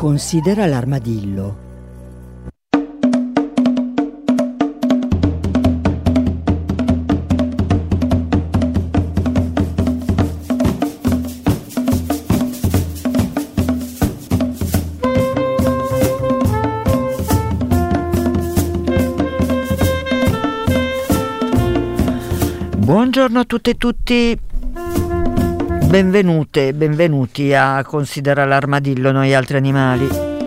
Considera l'armadillo. Buongiorno a tutte e tutti, benvenute e benvenuti a Considera l'armadillo, noi altri animali.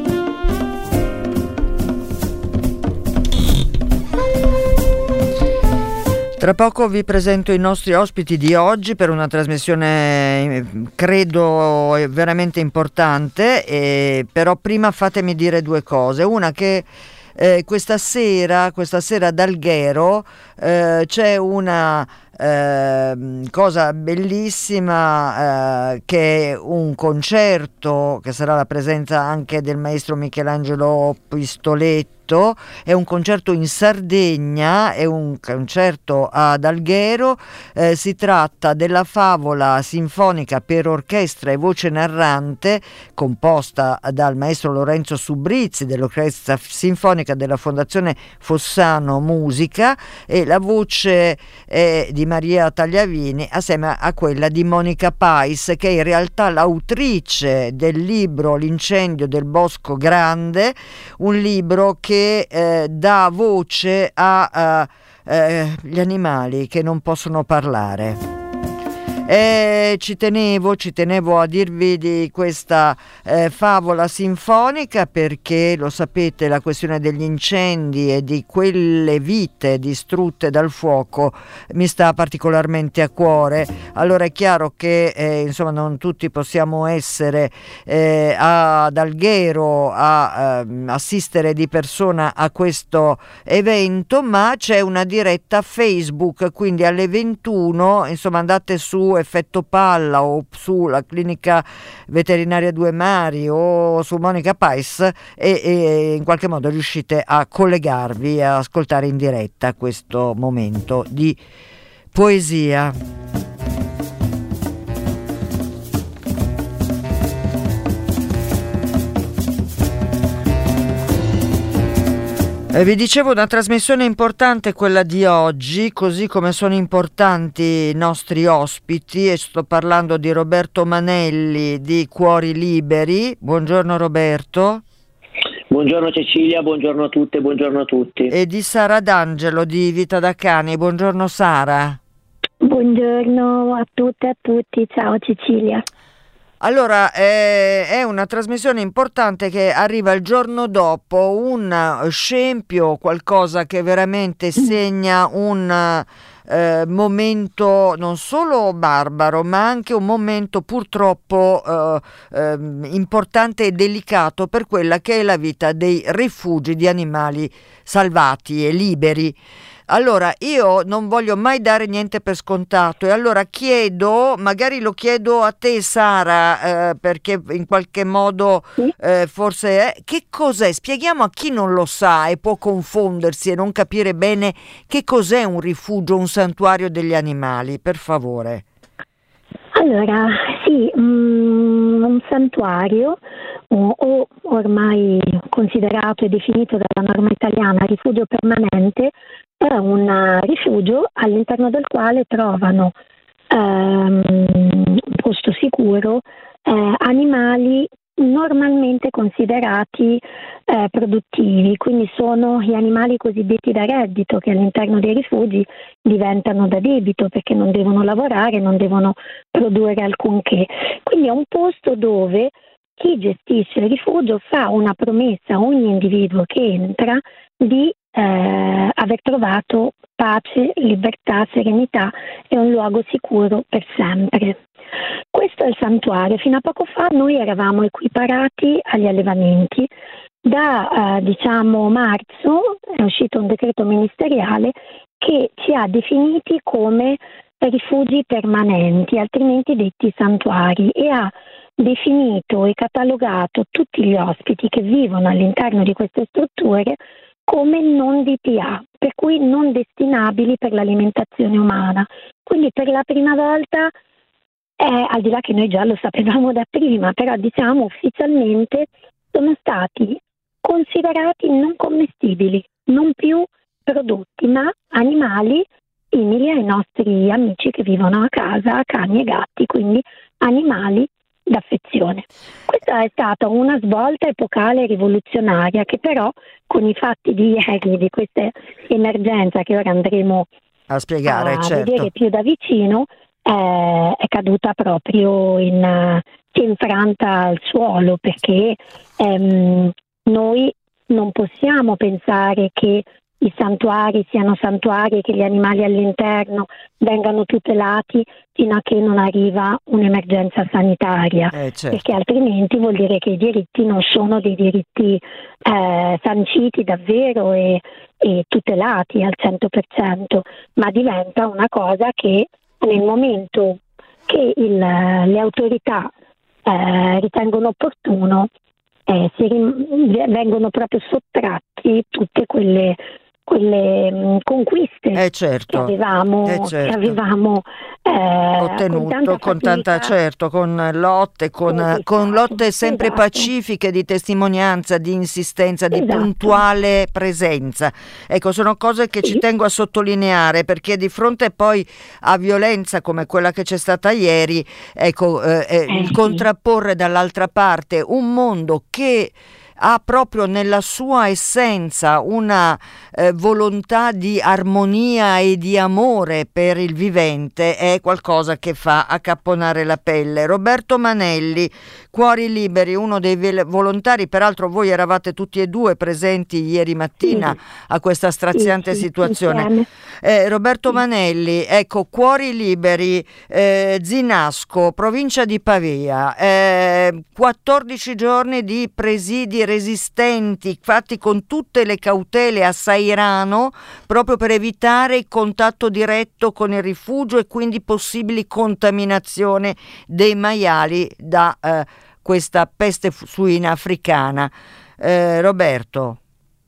Tra poco vi presento i nostri ospiti di oggi per una trasmissione credo veramente importante, però prima fatemi dire due cose. Una che questa sera ad Alghero c'è una cosa bellissima, che è un concerto che sarà la presenza anche del maestro Michelangelo Pistoletto. È un concerto in Sardegna, è un concerto ad Alghero. Si tratta della favola sinfonica per orchestra e voce narrante composta dal maestro Lorenzo Subrizzi dell'Orchestra Sinfonica della Fondazione Fossano Musica, e la voce è di Maria Tagliavini assieme a quella di Monica Pais, che è in realtà l'autrice del libro L'incendio del Bosco Grande, un libro che dà voce a gli animali che non possono parlare. Ci tenevo a dirvi di questa favola sinfonica perché, lo sapete, la questione degli incendi e di quelle vite distrutte dal fuoco mi sta particolarmente a cuore. Allora è chiaro che insomma non tutti possiamo essere ad Alghero a assistere di persona a questo evento, ma c'è una diretta Facebook, quindi alle 21 insomma andate su Effetto Palla o sulla Clinica Veterinaria Due Mari o su Monica Pais e in qualche modo riuscite a collegarvi e a ascoltare in diretta questo momento di poesia. Vi dicevo, una trasmissione importante quella di oggi, così come sono importanti i nostri ospiti, e sto parlando di Roberto Manelli di Cuori Liberi. Buongiorno Roberto. Buongiorno Cecilia, buongiorno a tutte, buongiorno a tutti. E di Sara D'Angelo di Vita da Cani. Buongiorno Sara. Buongiorno a tutte e a tutti, ciao Cecilia. Allora, è una trasmissione importante che arriva il giorno dopo un scempio, qualcosa che veramente segna un momento non solo barbaro, ma anche un momento purtroppo importante e delicato per quella che è la vita dei rifugi di animali salvati e liberi. Allora, io non voglio mai dare niente per scontato, e allora magari lo chiedo a te Sara, perché in qualche modo forse che cos'è? Spieghiamo a chi non lo sa e può confondersi e non capire bene che cos'è un rifugio, un santuario degli animali, per favore. Allora, sì, un santuario o ormai considerato e definito dalla norma italiana rifugio permanente è un rifugio all'interno del quale trovano un posto sicuro animali normalmente considerati produttivi, quindi sono gli animali cosiddetti da reddito che all'interno dei rifugi diventano da debito perché non devono lavorare, non devono produrre alcunché. Quindi è un posto dove chi gestisce il rifugio fa una promessa a ogni individuo che entra di aver trovato pace, libertà, serenità e un luogo sicuro per sempre. Questo è il santuario. Fino a poco fa noi eravamo equiparati agli allevamenti. Da marzo è uscito un decreto ministeriale che ci ha definiti come rifugi permanenti, altrimenti detti santuari, e ha definito e catalogato tutti gli ospiti che vivono all'interno di queste strutture come non DPA, per cui non destinabili per l'alimentazione umana. Quindi per la prima volta, al di là che noi già lo sapevamo da prima, però diciamo ufficialmente sono stati considerati non commestibili, non più prodotti, ma animali simili ai nostri amici che vivono a casa, cani e gatti, quindi animali d'affezione. Questa è stata una svolta epocale rivoluzionaria che però con i fatti di ieri, di questa emergenza che ora andremo a spiegare, certo, vedere più da vicino, è caduta proprio si è infranta al suolo, perché noi non possiamo pensare che i santuari siano santuari e che gli animali all'interno vengano tutelati fino a che non arriva un'emergenza sanitaria, certo, perché altrimenti vuol dire che i diritti non sono dei diritti sanciti davvero e tutelati al 100%, ma diventa una cosa che nel momento che le autorità ritengono opportuno vengono proprio sottratti tutte quelle conquiste certo, che avevamo ottenuto con tanta certo, con lotte sempre esatto, pacifiche di testimonianza, di insistenza, di esatto, puntuale presenza. Ecco, sono cose che ci tengo a sottolineare, perché di fronte poi a violenza come quella che c'è stata ieri, ecco, il contrapporre dall'altra parte un mondo che ha proprio nella sua essenza una volontà di armonia e di amore per il vivente, è qualcosa che fa accapponare la pelle. Roberto Manelli, Cuori Liberi, uno dei volontari, peraltro voi eravate tutti e due presenti ieri mattina a questa straziante situazione. Roberto Manelli, ecco, Cuori Liberi, Zinasco, provincia di Pavia, 14 giorni di presidi resistenti fatti con tutte le cautele a Sairano, proprio per evitare il contatto diretto con il rifugio e quindi possibili contaminazioni dei maiali da questa peste suina africana. Roberto.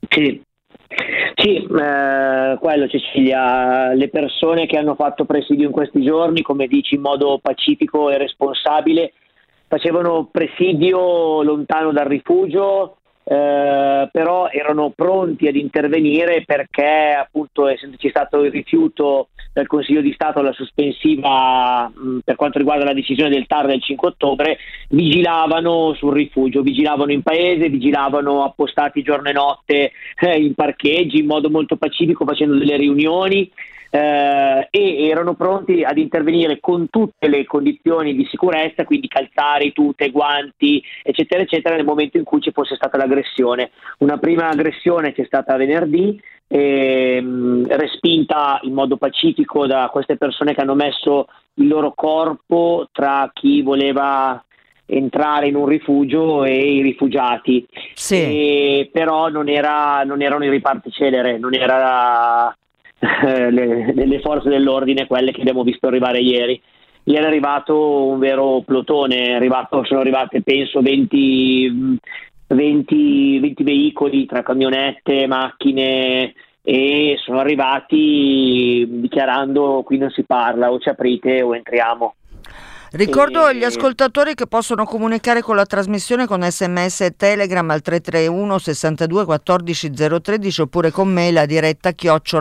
Sì, quello, Cecilia, le persone che hanno fatto presidio in questi giorni, come dici, in modo pacifico e responsabile, facevano presidio lontano dal rifugio, però erano pronti ad intervenire perché, appunto, essendoci stato il rifiuto del Consiglio di Stato alla sospensiva per quanto riguarda la decisione del TAR del 5 ottobre, vigilavano sul rifugio, vigilavano in paese, vigilavano appostati giorno e notte in parcheggi in modo molto pacifico, facendo delle riunioni. E erano pronti ad intervenire con tutte le condizioni di sicurezza, quindi calzari, tute, guanti, eccetera eccetera, nel momento in cui ci fosse stata l'aggressione. Una prima aggressione c'è stata venerdì, respinta in modo pacifico da queste persone che hanno messo il loro corpo tra chi voleva entrare in un rifugio e i rifugiati. Però non erano i riparti celere, non era le forze dell'ordine, quelle che abbiamo visto arrivare ieri. Ieri è arrivato un vero plotone, sono arrivate penso 20 veicoli tra camionette, macchine, e sono arrivati dichiarando: qui non si parla, o ci aprite o entriamo. Ricordo agli ascoltatori che possono comunicare con la trasmissione con SMS e Telegram al 331 62 14 013 oppure con mail a diretta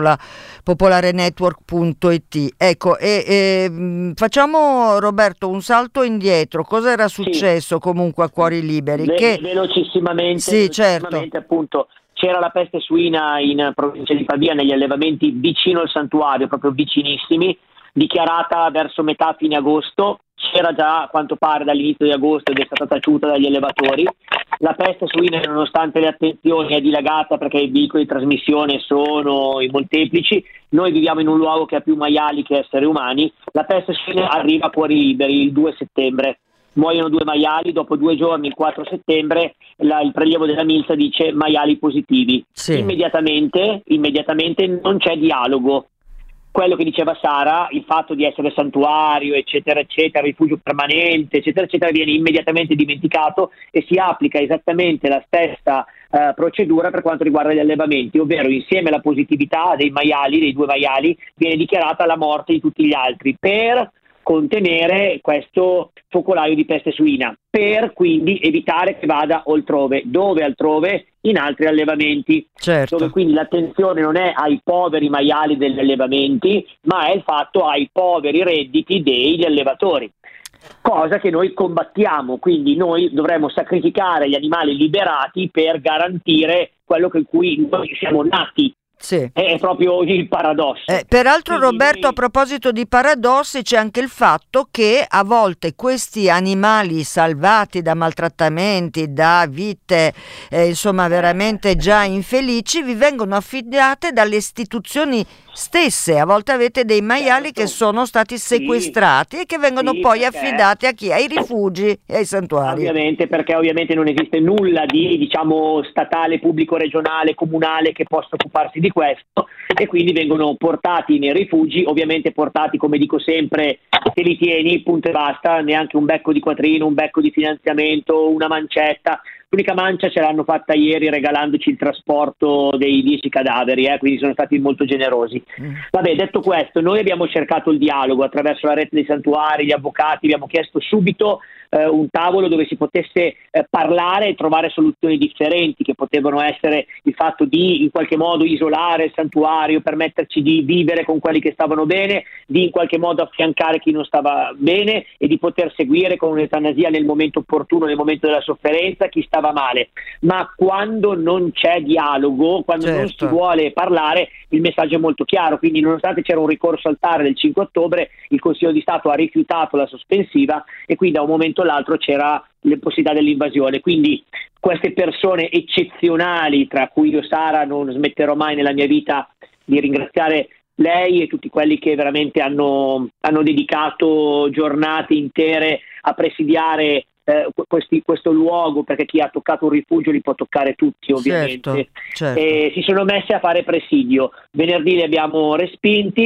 @popolarenetwork.it. Ecco, facciamo, Roberto, un salto indietro. Cosa era successo comunque a Cuori Liberi? Velocissimamente, certo. Appunto, c'era la peste suina in provincia di Pavia, negli allevamenti vicino al santuario, proprio vicinissimi, dichiarata verso metà fine agosto. C'era già, a quanto pare, dall'inizio di agosto ed è stata taciuta dagli allevatori. La peste suina, nonostante le attenzioni, è dilagata perché i veicoli di trasmissione sono i molteplici. Noi viviamo in un luogo che ha più maiali che esseri umani. La peste suina arriva a Cuori Liberi il 2 settembre. Muoiono 2 maiali, dopo 2 giorni, il 4 settembre, il prelievo della milza dice maiali positivi. Immediatamente non c'è dialogo. Quello che diceva Sara, il fatto di essere santuario, eccetera, eccetera, rifugio permanente, eccetera, eccetera, viene immediatamente dimenticato e si applica esattamente la stessa procedura per quanto riguarda gli allevamenti, ovvero insieme alla positività dei 2 maiali, viene dichiarata la morte di tutti gli altri per contenere questo focolaio di peste suina, per quindi evitare che vada altrove. Dove altrove? In altri allevamenti, certo. dove quindi l'attenzione non è ai poveri maiali degli allevamenti, ma è il fatto ai poveri redditi degli allevatori. Cosa che noi combattiamo, quindi noi dovremmo sacrificare gli animali liberati per garantire quello con cui noi siamo nati. Sì. È proprio il paradosso. Peraltro, Quindi Roberto, noi... a proposito di paradossi, c'è anche il fatto che a volte questi animali salvati da maltrattamenti, da vite insomma veramente già infelici, vi vengono affidate dalle istituzioni stesse. A volte avete dei maiali che sono stati sequestrati e che vengono poi affidati a chi? Ai rifugi e ai santuari. Ovviamente, perché ovviamente non esiste nulla di, diciamo, statale, pubblico, regionale, comunale che possa occuparsi di questo, e quindi vengono portati nei rifugi, ovviamente portati, come dico sempre, te li tieni, punto e basta, neanche un becco di quattrino, un becco di finanziamento, una mancetta. L'unica mancia ce l'hanno fatta ieri regalandoci il trasporto dei 10 cadaveri, quindi sono stati molto generosi. Vabbè, detto questo, noi abbiamo cercato il dialogo attraverso la rete dei santuari, gli avvocati, abbiamo chiesto subito un tavolo dove si potesse parlare e trovare soluzioni differenti, che potevano essere il fatto di in qualche modo isolare il santuario, permetterci di vivere con quelli che stavano bene, di in qualche modo affiancare chi non stava bene e di poter seguire con un'eutanasia nel momento opportuno, nel momento della sofferenza, chi stava male. Ma quando non c'è dialogo, quando non si vuole parlare, il messaggio è molto chiaro. Quindi, nonostante c'era un ricorso al TAR del 5 ottobre, il Consiglio di Stato ha rifiutato la sospensiva e qui da un momento all'altro c'era la possibilità dell'invasione. Quindi queste persone eccezionali, tra cui io, Sara, non smetterò mai nella mia vita di ringraziare lei e tutti quelli che veramente hanno dedicato giornate intere a presidiare questo luogo, perché chi ha toccato un rifugio li può toccare tutti, ovviamente. Certo. E si sono messi a fare presidio. Venerdì li abbiamo respinti,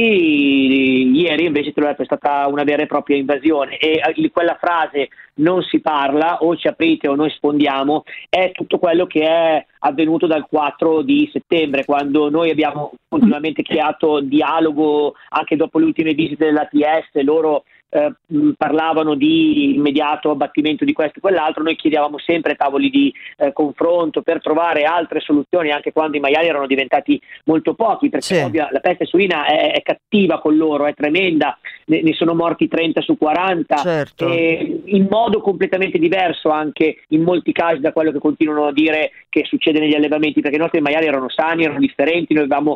ieri invece, te l'ho detto, è stata una vera e propria invasione, e quella frase "non si parla, o ci aprite o noi sfondiamo" è tutto quello che è avvenuto dal 4 di settembre, quando noi abbiamo continuamente creato dialogo. Anche dopo le ultime visite dell'ATS, loro parlavano di immediato abbattimento di questo e quell'altro. Noi chiedevamo sempre tavoli di confronto per trovare altre soluzioni, anche quando i maiali erano diventati molto pochi, perché ovvio, la peste suina è cattiva con loro, è tremenda, ne sono morti 30 su 40, in modo completamente diverso anche in molti casi da quello che continuano a dire che succede negli allevamenti, perché i nostri maiali erano sani, erano differenti. Noi avevamo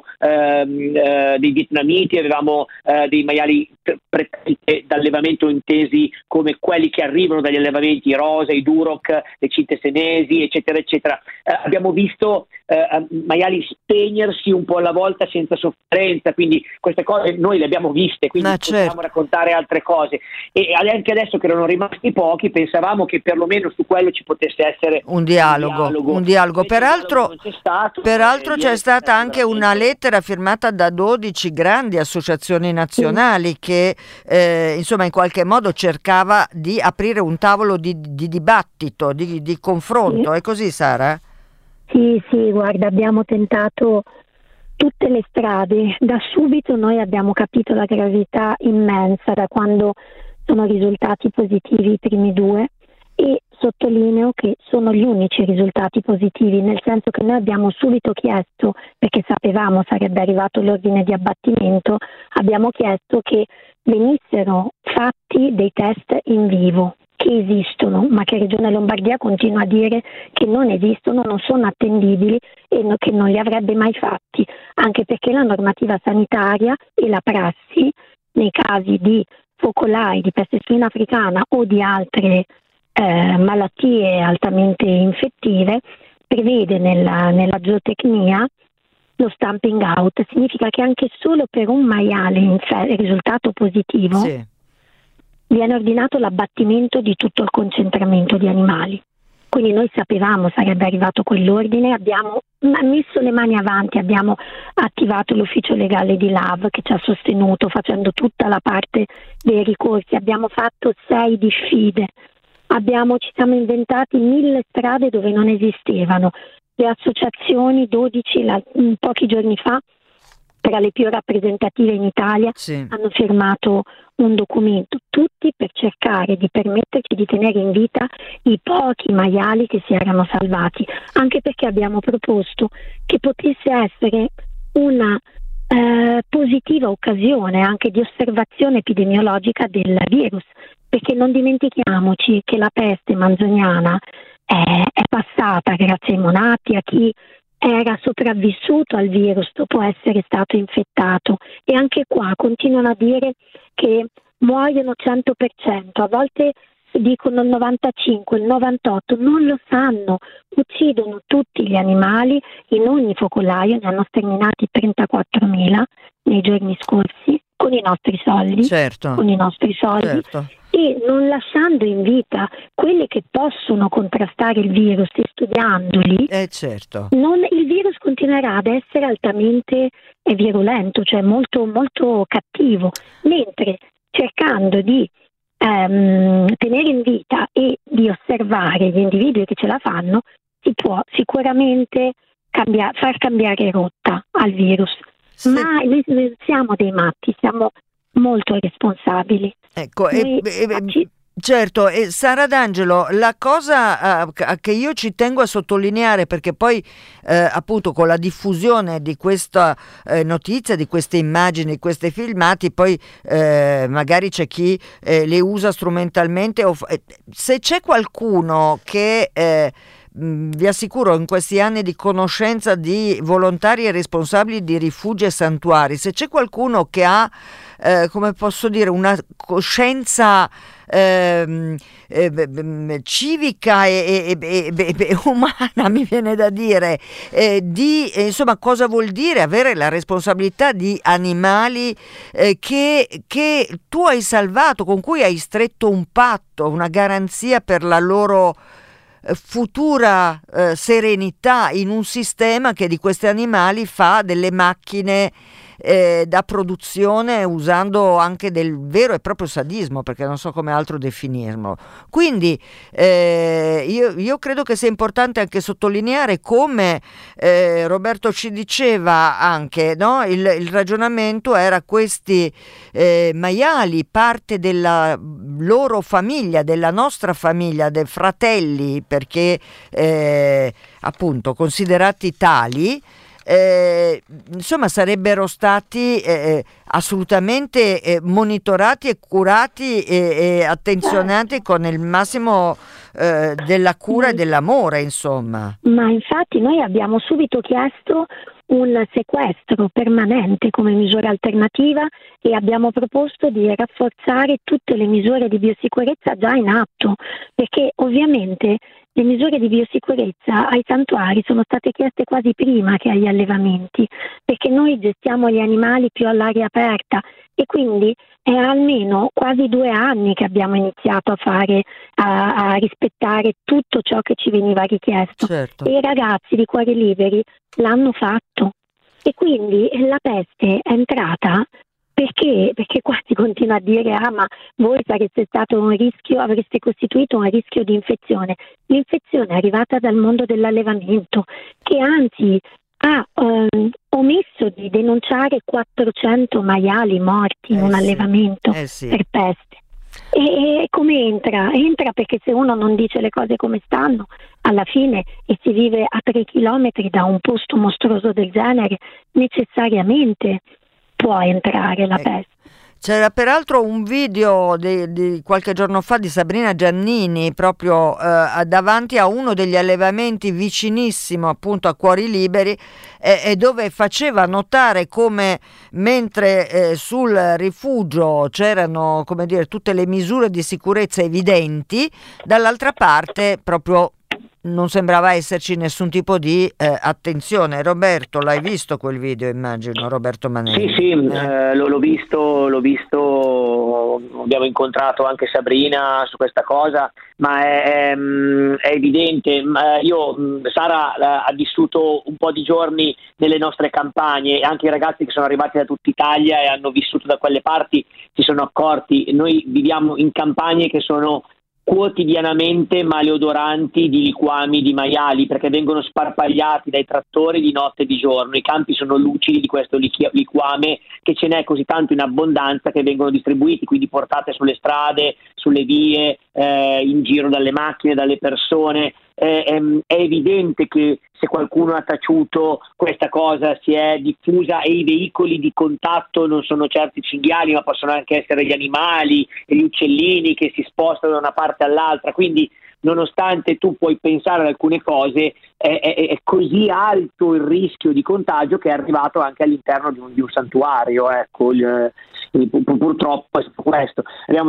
dei vietnamiti, avevamo dei maiali d'allevamento intesi come quelli che arrivano dagli allevamenti rosa, i Duroc, le cinte senesi, eccetera eccetera. Abbiamo visto maiali spegnersi un po' alla volta senza sofferenza, quindi queste cose noi le abbiamo viste, quindi possiamo raccontare altre cose, e anche adesso che erano rimasti pochi pensavamo che perlomeno su quello ci potesse essere un dialogo. Peraltro c'è stata anche una lettera firmata da 12 grandi associazioni nazionali che insomma in qualche modo cercava di aprire un tavolo di dibattito, di confronto. È così, Sara? Sì, guarda, abbiamo tentato tutte le strade. Da subito noi abbiamo capito la gravità immensa da quando sono risultati positivi i primi due, e sottolineo che sono gli unici risultati positivi, nel senso che noi abbiamo subito chiesto, perché sapevamo sarebbe arrivato l'ordine di abbattimento, abbiamo chiesto che venissero fatti dei test in vivo, che esistono, ma che Regione Lombardia continua a dire che non esistono, non sono attendibili e che non li avrebbe mai fatti, anche perché la normativa sanitaria e la prassi nei casi di focolai di peste suina africana o di altre malattie altamente infettive prevede nella zootecnia lo stamping out. Significa che anche solo per un maiale risultato positivo viene ordinato l'abbattimento di tutto il concentramento di animali. Quindi noi sapevamo sarebbe arrivato quell'ordine, abbiamo messo le mani avanti, abbiamo attivato l'ufficio legale di LAV che ci ha sostenuto facendo tutta la parte dei ricorsi, abbiamo fatto 6 diffide, ci siamo inventati 1000 strade dove non esistevano, le associazioni 12 pochi giorni fa tra le più rappresentative in Italia, hanno firmato un documento, tutti per cercare di permetterci di tenere in vita i pochi maiali che si erano salvati, anche perché abbiamo proposto che potesse essere una positiva occasione anche di osservazione epidemiologica del virus, perché non dimentichiamoci che la peste manzoniana è passata grazie ai monati, a chi era sopravvissuto al virus dopo essere stato infettato, e anche qua continuano a dire che muoiono 100%, a volte dicono il 95, il 98, non lo sanno, uccidono tutti gli animali, in ogni focolaio ne hanno sterminati 34.000 nei giorni scorsi, con i nostri soldi, certo. E non lasciando in vita quelli che possono contrastare il virus e studiandoli, certo. Il virus continuerà ad essere altamente virulento, cioè molto, molto cattivo, mentre cercando di tenere in vita e di osservare gli individui che ce la fanno, si può sicuramente far cambiare rotta al virus. Sì. Ma noi siamo dei matti, siamo molto responsabili. Ecco, certo, e Sara D'Angelo, la cosa che io ci tengo a sottolineare, perché poi appunto con la diffusione di questa notizia, di queste immagini, di questi filmati, poi magari c'è chi le usa strumentalmente, se c'è qualcuno che vi assicuro, in questi anni di conoscenza di volontari e responsabili di rifugi e santuari, se c'è qualcuno che ha, come posso dire, una coscienza civica e umana, mi viene da dire, di insomma cosa vuol dire avere la responsabilità di animali che tu hai salvato, con cui hai stretto un patto, una garanzia per la loro futura serenità in un sistema che di questi animali fa delle macchine da produzione, usando anche del vero e proprio sadismo, perché non so come altro definirlo. Quindi io credo che sia importante anche sottolineare come Roberto ci diceva anche, no? Il ragionamento era questi maiali, parte della loro famiglia, della nostra famiglia, dei fratelli, perché appunto considerati tali, insomma sarebbero stati assolutamente monitorati e curati e attenzionati con il massimo della cura e dell'amore, insomma. Ma infatti noi abbiamo subito chiesto un sequestro permanente come misura alternativa e abbiamo proposto di rafforzare tutte le misure di biosicurezza già in atto, perché ovviamente le misure di biosicurezza ai santuari sono state chieste quasi prima che agli allevamenti, perché noi gestiamo gli animali più all'aria aperta e quindi è almeno quasi 2 anni che abbiamo iniziato a rispettare tutto ciò che ci veniva richiesto. Certo. E i ragazzi di Cuori Liberi l'hanno fatto e quindi la peste è entrata perché qua si continua a dire ma voi sareste stato un rischio, avreste costituito un rischio di infezione. L'infezione è arrivata dal mondo dell'allevamento, che anzi ha omesso di denunciare 400 maiali morti in un allevamento per peste. E come entra? Entra perché se uno non dice le cose come stanno, alla fine, e si vive a 3 chilometri da un posto mostruoso del genere, necessariamente può entrare la peste. C'era peraltro un video di qualche giorno fa di Sabrina Giannini proprio davanti a uno degli allevamenti vicinissimo appunto a Cuori Liberi, dove faceva notare come mentre sul rifugio c'erano, come dire, tutte le misure di sicurezza evidenti, dall'altra parte proprio non sembrava esserci nessun tipo di attenzione. Roberto, l'hai visto quel video, immagino, Roberto Manelli? Sì, l'ho visto, abbiamo incontrato anche Sabrina su questa cosa, ma è evidente. Sara ha vissuto un po' di giorni nelle nostre campagne, e anche i ragazzi che sono arrivati da tutta Italia e hanno vissuto da quelle parti si sono accorti. Noi viviamo in campagne che sono quotidianamente maleodoranti di liquami di maiali, perché vengono sparpagliati dai trattori di notte e di giorno. I campi sono lucidi di questo liquame, che ce n'è così tanto in abbondanza che vengono distribuiti, quindi portate sulle strade, sulle vie, in giro dalle macchine, dalle persone. È evidente che se qualcuno ha taciuto, questa cosa si è diffusa, e i veicoli di contatto non sono certo i cinghiali, ma possono anche essere gli animali e gli uccellini che si spostano da una parte all'altra. Quindi, nonostante tu puoi pensare ad alcune cose, è così alto il rischio di contagio che è arrivato anche all'interno di un santuario. Ecco, purtroppo è questo.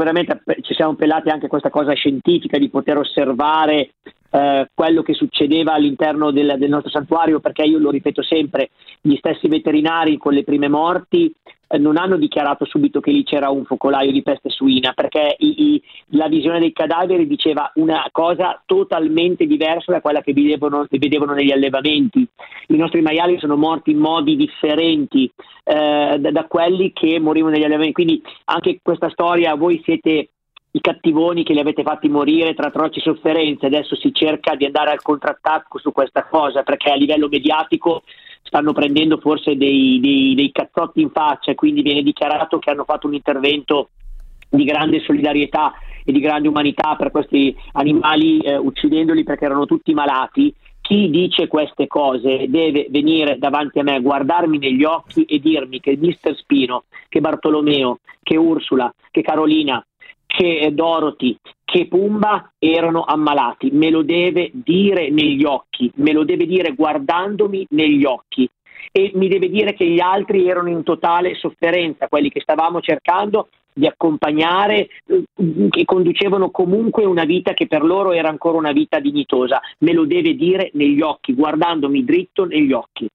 Ci siamo pelati anche a questa cosa scientifica di poter osservare quello che succedeva all'interno del nostro santuario, perché io lo ripeto sempre, gli stessi veterinari con le prime morti non hanno dichiarato subito che lì c'era un focolaio di peste suina, perché la visione dei cadaveri diceva una cosa totalmente diversa da quella che vedevano negli allevamenti. I nostri maiali sono morti in modi differenti da quelli che morivano negli allevamenti, quindi anche questa storia, voi siete i cattivoni che li avete fatti morire tra atroci sofferenze. Adesso si cerca di andare al contrattacco su questa cosa, perché a livello mediatico stanno prendendo forse dei cazzotti in faccia, e quindi viene dichiarato che hanno fatto un intervento di grande solidarietà e di grande umanità per questi animali, uccidendoli perché erano tutti malati. Chi dice queste cose deve venire davanti a me, guardarmi negli occhi e dirmi che Mister Spino, che Bartolomeo, che Ursula, che Carolina, che Dorothy, che Pumba erano ammalati. Me lo deve dire negli occhi, me lo deve dire guardandomi negli occhi, e mi deve dire che gli altri erano in totale sofferenza, quelli che stavamo cercando di accompagnare, che conducevano comunque una vita che per loro era ancora una vita dignitosa. Me lo deve dire negli occhi, guardandomi dritto negli occhi.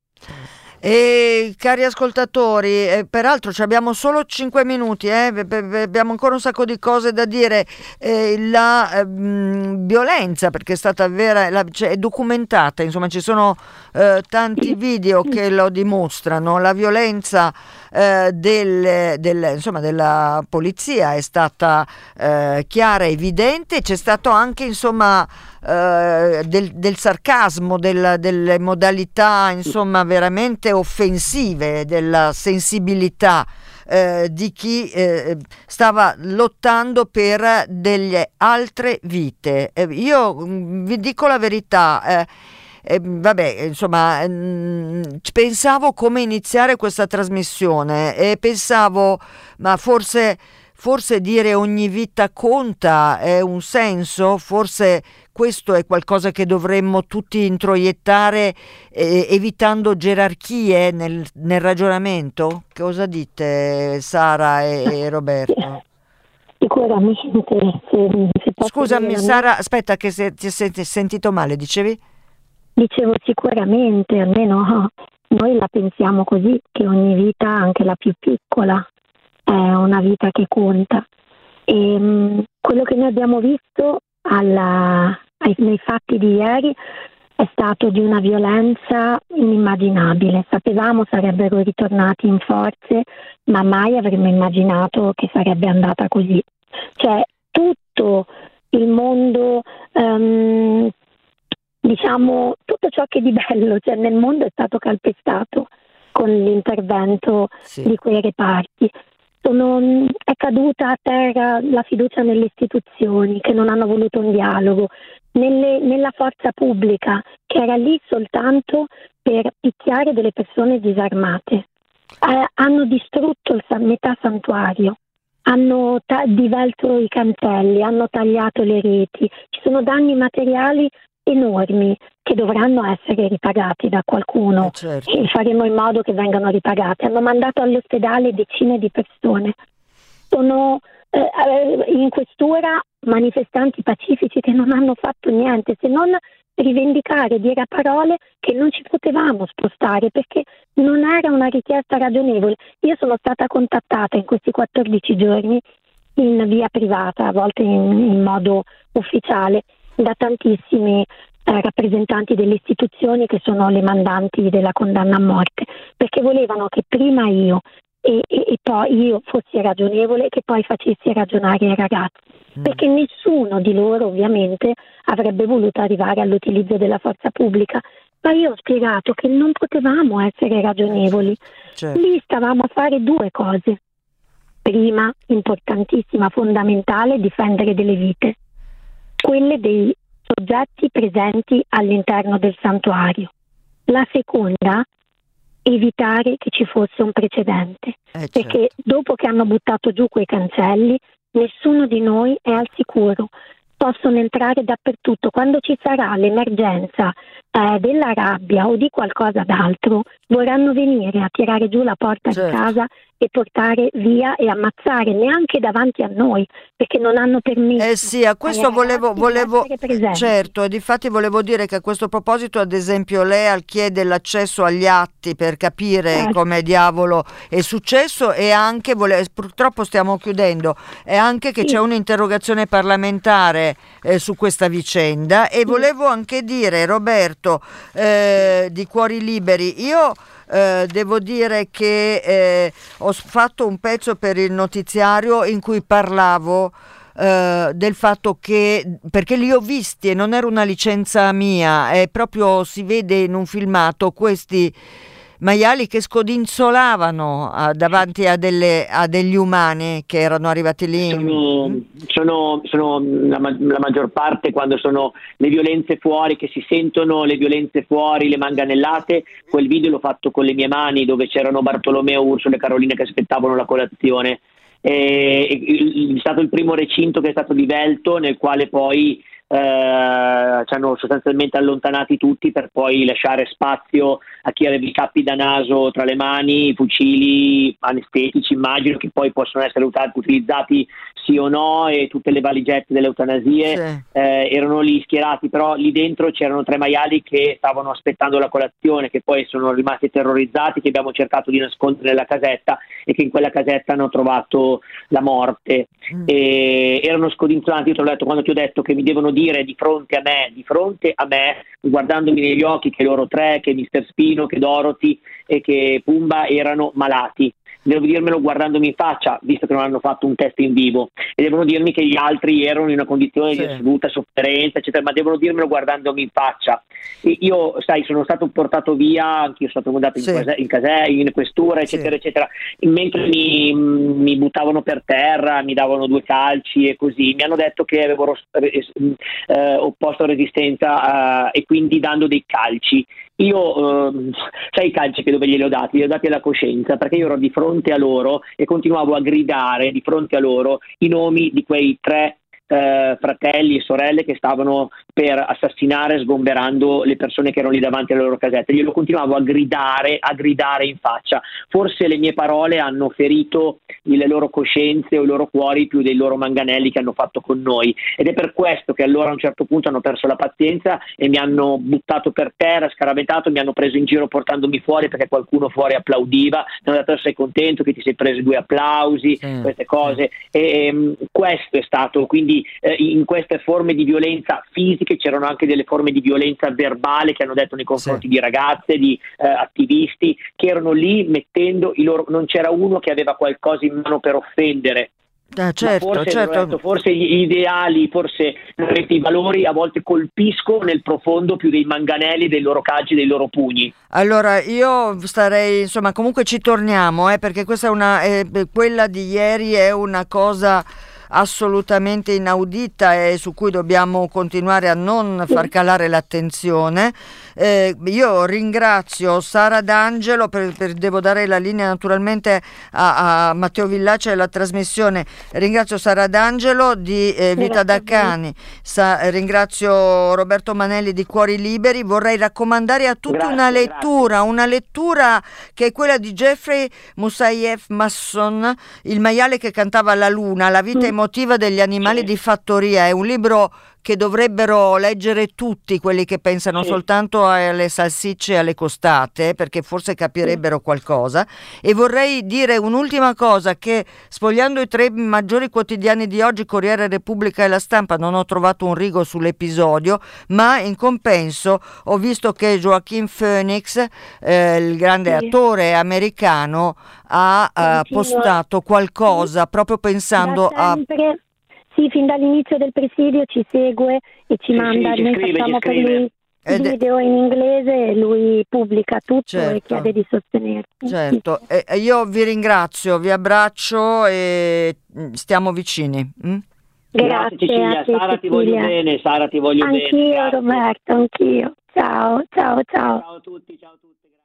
E cari ascoltatori, peraltro abbiamo solo 5 minuti, abbiamo ancora un sacco di cose da dire. La violenza, perché è stata vera, cioè, è documentata, insomma ci sono tanti video che lo dimostrano. La violenza insomma, della polizia è stata chiara e evidente. C'è stato anche, insomma, del sarcasmo, delle modalità, insomma, veramente offensive, della sensibilità di chi stava lottando per delle altre vite. Io vi dico la verità, vabbè, insomma, pensavo come iniziare questa trasmissione e pensavo, ma forse dire ogni vita conta è un senso, forse questo è qualcosa che dovremmo tutti introiettare, evitando gerarchie nel ragionamento. Cosa dite, Sara e Roberto? Sicuramente. Scusami, Sara, aspetta che ti sei sentito male, dicevi? Dicevo sicuramente, almeno noi la pensiamo così, che ogni vita, anche la più piccola, è una vita che conta. E quello che noi abbiamo visto nei fatti di ieri è stato di una violenza inimmaginabile. Sapevamo sarebbero ritornati in forze, ma mai avremmo immaginato che sarebbe andata così. Cioè, tutto il mondo, diciamo, tutto ciò che di bello c'è nel mondo è stato calpestato con l'intervento di quei reparti. È caduta a terra la fiducia nelle istituzioni, che non hanno voluto un dialogo, nella forza pubblica, che era lì soltanto per picchiare delle persone disarmate. Hanno distrutto metà santuario, hanno divelto i cancelli, hanno tagliato le reti. Ci sono danni materiali enormi che dovranno essere ripagati da qualcuno, certo. E faremo in modo che vengano ripagati. Hanno mandato all'ospedale decine di persone. Sono in questura manifestanti pacifici che non hanno fatto niente se non rivendicare, dire a parole che non ci potevamo spostare perché non era una richiesta ragionevole. Io sono stata contattata in questi 14 giorni in via privata, a volte in modo ufficiale, da tantissimi rappresentanti delle istituzioni che sono le mandanti della condanna a morte, perché volevano che prima io e poi io fossi ragionevole, che poi facessi ragionare i ragazzi. perché nessuno di loro ovviamente avrebbe voluto arrivare all'utilizzo della forza pubblica. Ma io ho spiegato che non potevamo essere ragionevoli. Certo. Lì stavamo a fare due cose. Prima, importantissima, fondamentale, difendere delle vite, quelle dei soggetti presenti all'interno del santuario. La seconda, evitare che ci fosse un precedente, perché dopo che hanno buttato giù quei cancelli, nessuno di noi è al sicuro. Possono entrare dappertutto. Quando ci sarà l'emergenza della rabbia o di qualcosa d'altro, vorranno venire a tirare giù la porta di casa e portare via e ammazzare, neanche davanti a noi, perché non hanno permesso. Sì, a questo volevo certo, e difatti volevo dire che a questo proposito, ad esempio, l'EAL chiede l'accesso agli atti per capire come diavolo è successo, e anche purtroppo stiamo chiudendo, e anche che c'è un'interrogazione parlamentare su questa vicenda. E volevo anche dire, Roberto, di Cuori Liberi, io devo dire che ho fatto un pezzo per il notiziario in cui parlavo del fatto che, perché li ho visti e non era una licenza mia, è proprio, si vede in un filmato questi maiali che scodinzolavano davanti a degli umani che erano arrivati lì. Sono la maggior parte, quando sono le violenze fuori, che si sentono le violenze fuori, le manganellate. Quel video l'ho fatto con le mie mani, dove c'erano Bartolomeo, Ursula e Carolina che aspettavano la colazione. È stato il primo recinto che è stato divelto, nel quale poi ci hanno sostanzialmente allontanati tutti, per poi lasciare spazio a chi aveva i cappi da naso tra le mani, i fucili anestetici, immagino, che poi possono essere utilizzati sì o no, e tutte le valigette delle eutanasie erano lì schierati. Però lì dentro c'erano 3 maiali che stavano aspettando la colazione, che poi sono rimasti terrorizzati, che abbiamo cercato di nascondere nella casetta, e che in quella casetta hanno trovato la morte. E erano scodinzolanti. Io ti ho detto, quando ti ho detto che mi devono dire di fronte a me, guardandomi negli occhi, che loro 3, che Mister Spino, che Dorothy e che Pumba erano malati. Devono dirmelo guardandomi in faccia, visto che non hanno fatto un test in vivo, e devono dirmi che gli altri erano in una condizione di assoluta sofferenza, eccetera, ma devono dirmelo guardandomi in faccia. E io, sai, sono stato portato via, anch'io sono stato mandato in questura, eccetera, eccetera, mentre mi buttavano per terra, mi davano 2 calci e così. Mi hanno detto che avevo opposto resistenza, e quindi dando dei calci. Io, sai, i calci che dove glieli ho dati? Li ho dati alla coscienza, perché io ero di fronte a loro e continuavo a gridare di fronte a loro i nomi di quei 3 fratelli e sorelle che stavano per assassinare, sgomberando le persone che erano lì davanti alle loro casette. Glielo continuavo a gridare in faccia. Forse le mie parole hanno ferito le loro coscienze o i loro cuori più dei loro manganelli che hanno fatto con noi, ed è per questo che allora a un certo punto hanno perso la pazienza e mi hanno buttato per terra, scaraventato, mi hanno preso in giro portandomi fuori, perché qualcuno fuori applaudiva, mi hanno detto: sei contento che ti sei preso 2 applausi, queste cose. E questo è stato, quindi in queste forme di violenza fisiche c'erano anche delle forme di violenza verbale che hanno detto nei confronti di ragazze, di attivisti che erano lì mettendo i loro, non c'era uno che aveva qualcosa in mano per offendere. Forse gli ideali, forse i valori a volte colpiscono nel profondo più dei manganelli, dei loro calci, dei loro pugni. Allora io starei, insomma, comunque ci torniamo, perché questa è quella di ieri è una cosa assolutamente inaudita e su cui dobbiamo continuare a non far calare l'attenzione. Io ringrazio Sara D'Angelo, devo dare la linea naturalmente a Matteo Villace e la trasmissione. Ringrazio Sara D'Angelo di Vita da Cani, ringrazio Roberto Manelli di Cuori Liberi. Vorrei raccomandare a tutti una lettura che è quella di Jeffrey Moussaieff Masson, Il maiale che cantava la luna, la vita emotiva degli animali di fattoria. È un libro che dovrebbero leggere tutti quelli che pensano soltanto alle salsicce e alle costate, perché forse capirebbero qualcosa. E vorrei dire un'ultima cosa, che sfogliando i 3 maggiori quotidiani di oggi, Corriere, Repubblica e La Stampa, non ho trovato un rigo sull'episodio, ma in compenso ho visto che Joaquin Phoenix, il grande attore americano, ha postato qualcosa proprio pensando Sì, fin dall'inizio del presidio ci segue e ci manda, ci noi scrive, facciamo ci per scrive. lui video in inglese e lui pubblica tutto Certo. e chiede di sostenerci. Certo, e io vi ringrazio, vi abbraccio e stiamo vicini. Grazie Cecilia, a te, Sara ti voglio Cecilia. bene, Sara ti voglio bene. Anch'io Grazie. Roberto, anch'io. Ciao, ciao, ciao. Ciao a tutti, ciao a tutti.